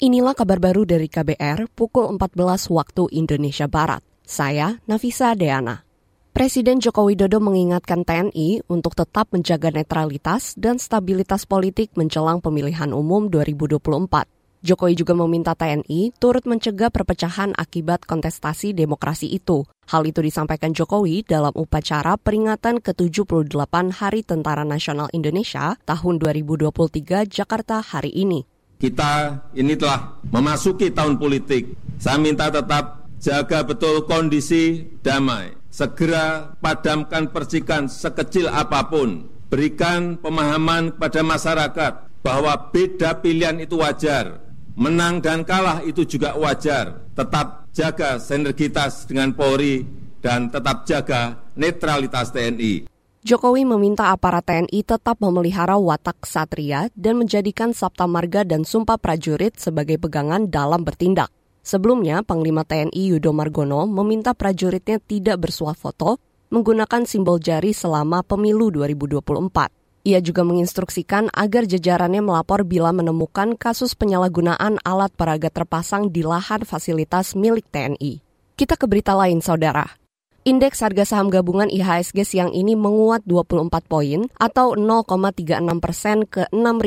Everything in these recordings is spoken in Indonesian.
Inilah kabar baru dari KBR pukul 14 waktu Indonesia Barat. Saya Nafisa Deana. Presiden Joko Widodo mengingatkan TNI untuk tetap menjaga netralitas dan stabilitas politik menjelang pemilihan umum 2024. Jokowi juga meminta TNI turut mencegah perpecahan akibat kontestasi demokrasi itu. Hal itu disampaikan Jokowi dalam upacara peringatan ke-78 Hari Tentara Nasional Indonesia tahun 2023 Jakarta hari ini. Kita ini telah memasuki tahun politik. Saya minta tetap jaga betul kondisi damai. Segera padamkan percikan sekecil apapun. Berikan pemahaman kepada masyarakat bahwa beda pilihan itu wajar. Menang dan kalah itu juga wajar. Tetap jaga sinergitas dengan Polri dan tetap jaga netralitas TNI. Jokowi meminta aparat TNI tetap memelihara watak ksatria dan menjadikan Sabta Marga dan Sumpah Prajurit sebagai pegangan dalam bertindak. Sebelumnya, Panglima TNI Yudo Margono meminta prajuritnya tidak bersuah foto menggunakan simbol jari selama pemilu 2024. Ia juga menginstruksikan agar jajarannya melapor bila menemukan kasus penyalahgunaan alat peraga terpasang di lahan fasilitas milik TNI. Kita ke berita lain, Saudara. Indeks harga saham gabungan IHSG siang ini menguat 24 poin atau 0,36% ke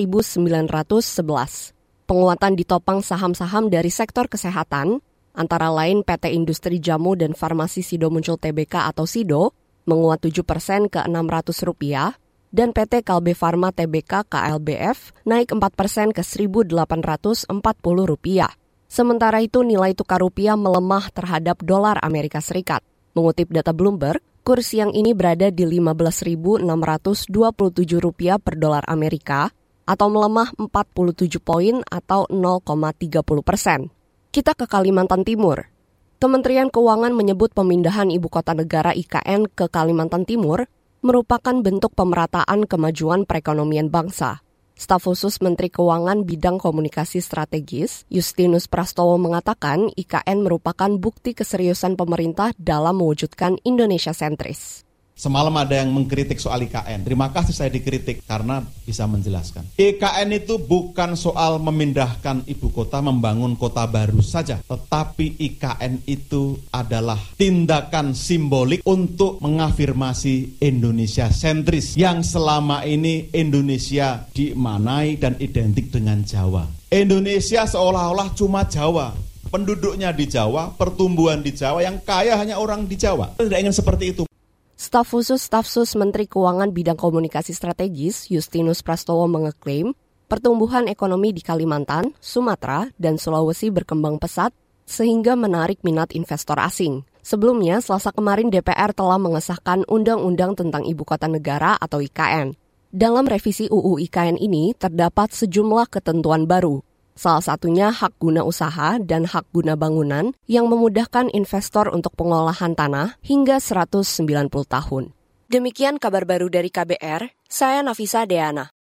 6.911. Penguatan ditopang saham-saham dari sektor kesehatan, antara lain PT Industri Jamu dan Farmasi Sido Muncul Tbk atau Sido, menguat 7% ke Rp600, dan PT Kalbe Farma Tbk KLBF naik 4% ke Rp1.840. Sementara itu nilai tukar rupiah melemah terhadap dolar Amerika Serikat. Mengutip data Bloomberg, kurs siang ini berada di Rp15.627 per dolar Amerika atau melemah 47 poin atau 0,30%. Kita ke Kalimantan Timur. Kementerian Keuangan menyebut pemindahan Ibu Kota Negara IKN ke Kalimantan Timur merupakan bentuk pemerataan kemajuan perekonomian bangsa. Staf khusus Menteri Keuangan Bidang Komunikasi Strategis, Justinus Prastowo mengatakan IKN merupakan bukti keseriusan pemerintah dalam mewujudkan Indonesia sentris. Semalam ada yang mengkritik soal IKN. Terima kasih saya dikritik karena bisa menjelaskan. IKN itu bukan soal memindahkan ibu kota, membangun kota baru saja. Tetapi IKN itu adalah tindakan simbolik untuk mengafirmasi Indonesia sentris. Yang selama ini Indonesia dimaknai dan identik dengan Jawa. Indonesia seolah-olah cuma Jawa. Penduduknya di Jawa, pertumbuhan di Jawa, yang kaya hanya orang di Jawa. Tidak ingin seperti itu. Staf khusus Menteri Keuangan Bidang Komunikasi Strategis, Justinus Prastowo mengeklaim pertumbuhan ekonomi di Kalimantan, Sumatera, dan Sulawesi berkembang pesat sehingga menarik minat investor asing. Sebelumnya, Selasa kemarin DPR telah mengesahkan Undang-Undang tentang Ibu Kota Negara atau IKN. Dalam revisi UU IKN ini terdapat sejumlah ketentuan baru. Salah satunya hak guna usaha dan hak guna bangunan yang memudahkan investor untuk pengolahan tanah hingga 190 tahun. Demikian kabar baru dari KBR, saya Nafisa Deana.